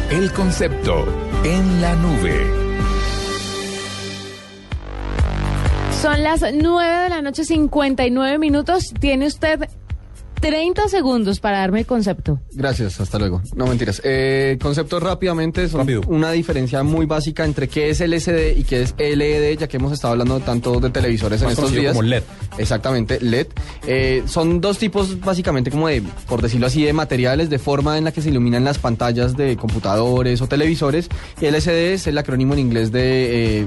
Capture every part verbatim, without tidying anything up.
El concepto en la nube. Son las nueve de la noche, cincuenta y nueve minutos. Tiene usted treinta segundos para darme el concepto. Gracias, hasta luego. No, mentiras. Eh, conceptos rápidamente, son Rápido. Una diferencia muy básica entre qué es L C D y qué es L E D, ya que hemos estado hablando tanto de televisores Más en estos conocido días. como L E D. Exactamente, L E D. Eh, son dos tipos básicamente como de, por decirlo así, de materiales, de forma en la que se iluminan las pantallas de computadores o televisores. Y L C D es el acrónimo en inglés de... Eh,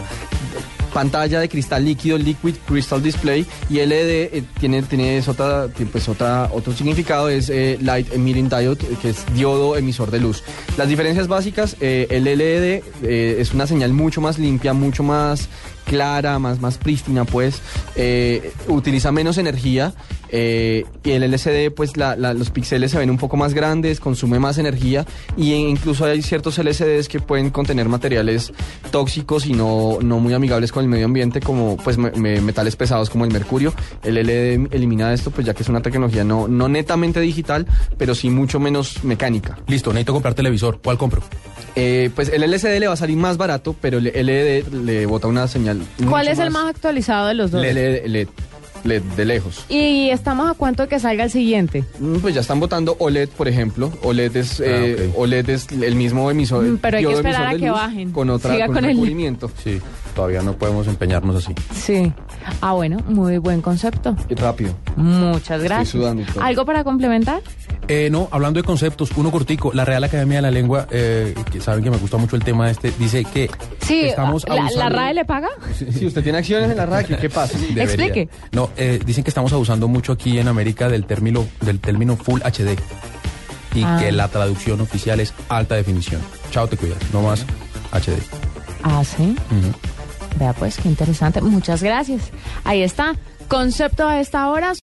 pantalla de cristal líquido, Liquid Crystal Display, y L E D eh, tiene, tiene es otra, pues otra, otro significado, es eh, Light Emitting Diode, que es diodo emisor de luz. Las diferencias básicas, eh, el L E D eh, es una señal mucho más limpia, mucho más clara, más, más prístina, pues, eh, utiliza menos energía, eh, y el L C D, pues la, la, los píxeles se ven un poco más grandes, consume más energía, y incluso hay ciertos L C Ds que pueden contener materiales tóxicos y no, no muy amigables con el medio ambiente, como pues me, me, metales pesados como el mercurio. El L E D elimina esto, pues ya que es una tecnología no, no netamente digital, pero sí mucho menos mecánica. Listo, necesito comprar televisor. ¿Cuál compro? Eh, pues el L C D le va a salir más barato, pero el L E D le bota una señal. ¿Cuál mucho es el más actualizado de los dos? L E D, L E D, L E D de lejos. ¿Y estamos a cuánto que salga el siguiente? Mm, Pues ya están votando O L E D, por ejemplo. O L E D es, eh, Ah, ok. O L E D es el mismo emisor. Mm, pero hay que diodo esperar emisor a de que luz bajen. Con otra, Siga con con otro el- recubrimiento. Sí, todavía no podemos empeñarnos así. Sí. Ah, bueno, muy buen concepto. Y rápido. Muchas gracias. sudando y todo. ¿Algo para complementar? Eh, no, hablando de conceptos, uno cortico. La Real Academia de la Lengua, eh, que saben que me gusta mucho el tema este, dice que Sí, estamos ¿la, abusando... ¿la RAE le paga? Si usted tiene acciones en la radio, ¿qué pasa? Debería. Explique. No, eh, dicen que estamos abusando mucho aquí en América del término, del término Full H D. Y Ah. que la traducción oficial es alta definición. Chao, te cuidas. No más H D. Ah, sí. Ujú. Vea pues, qué interesante. Muchas gracias. Ahí está. Concepto a esta hora.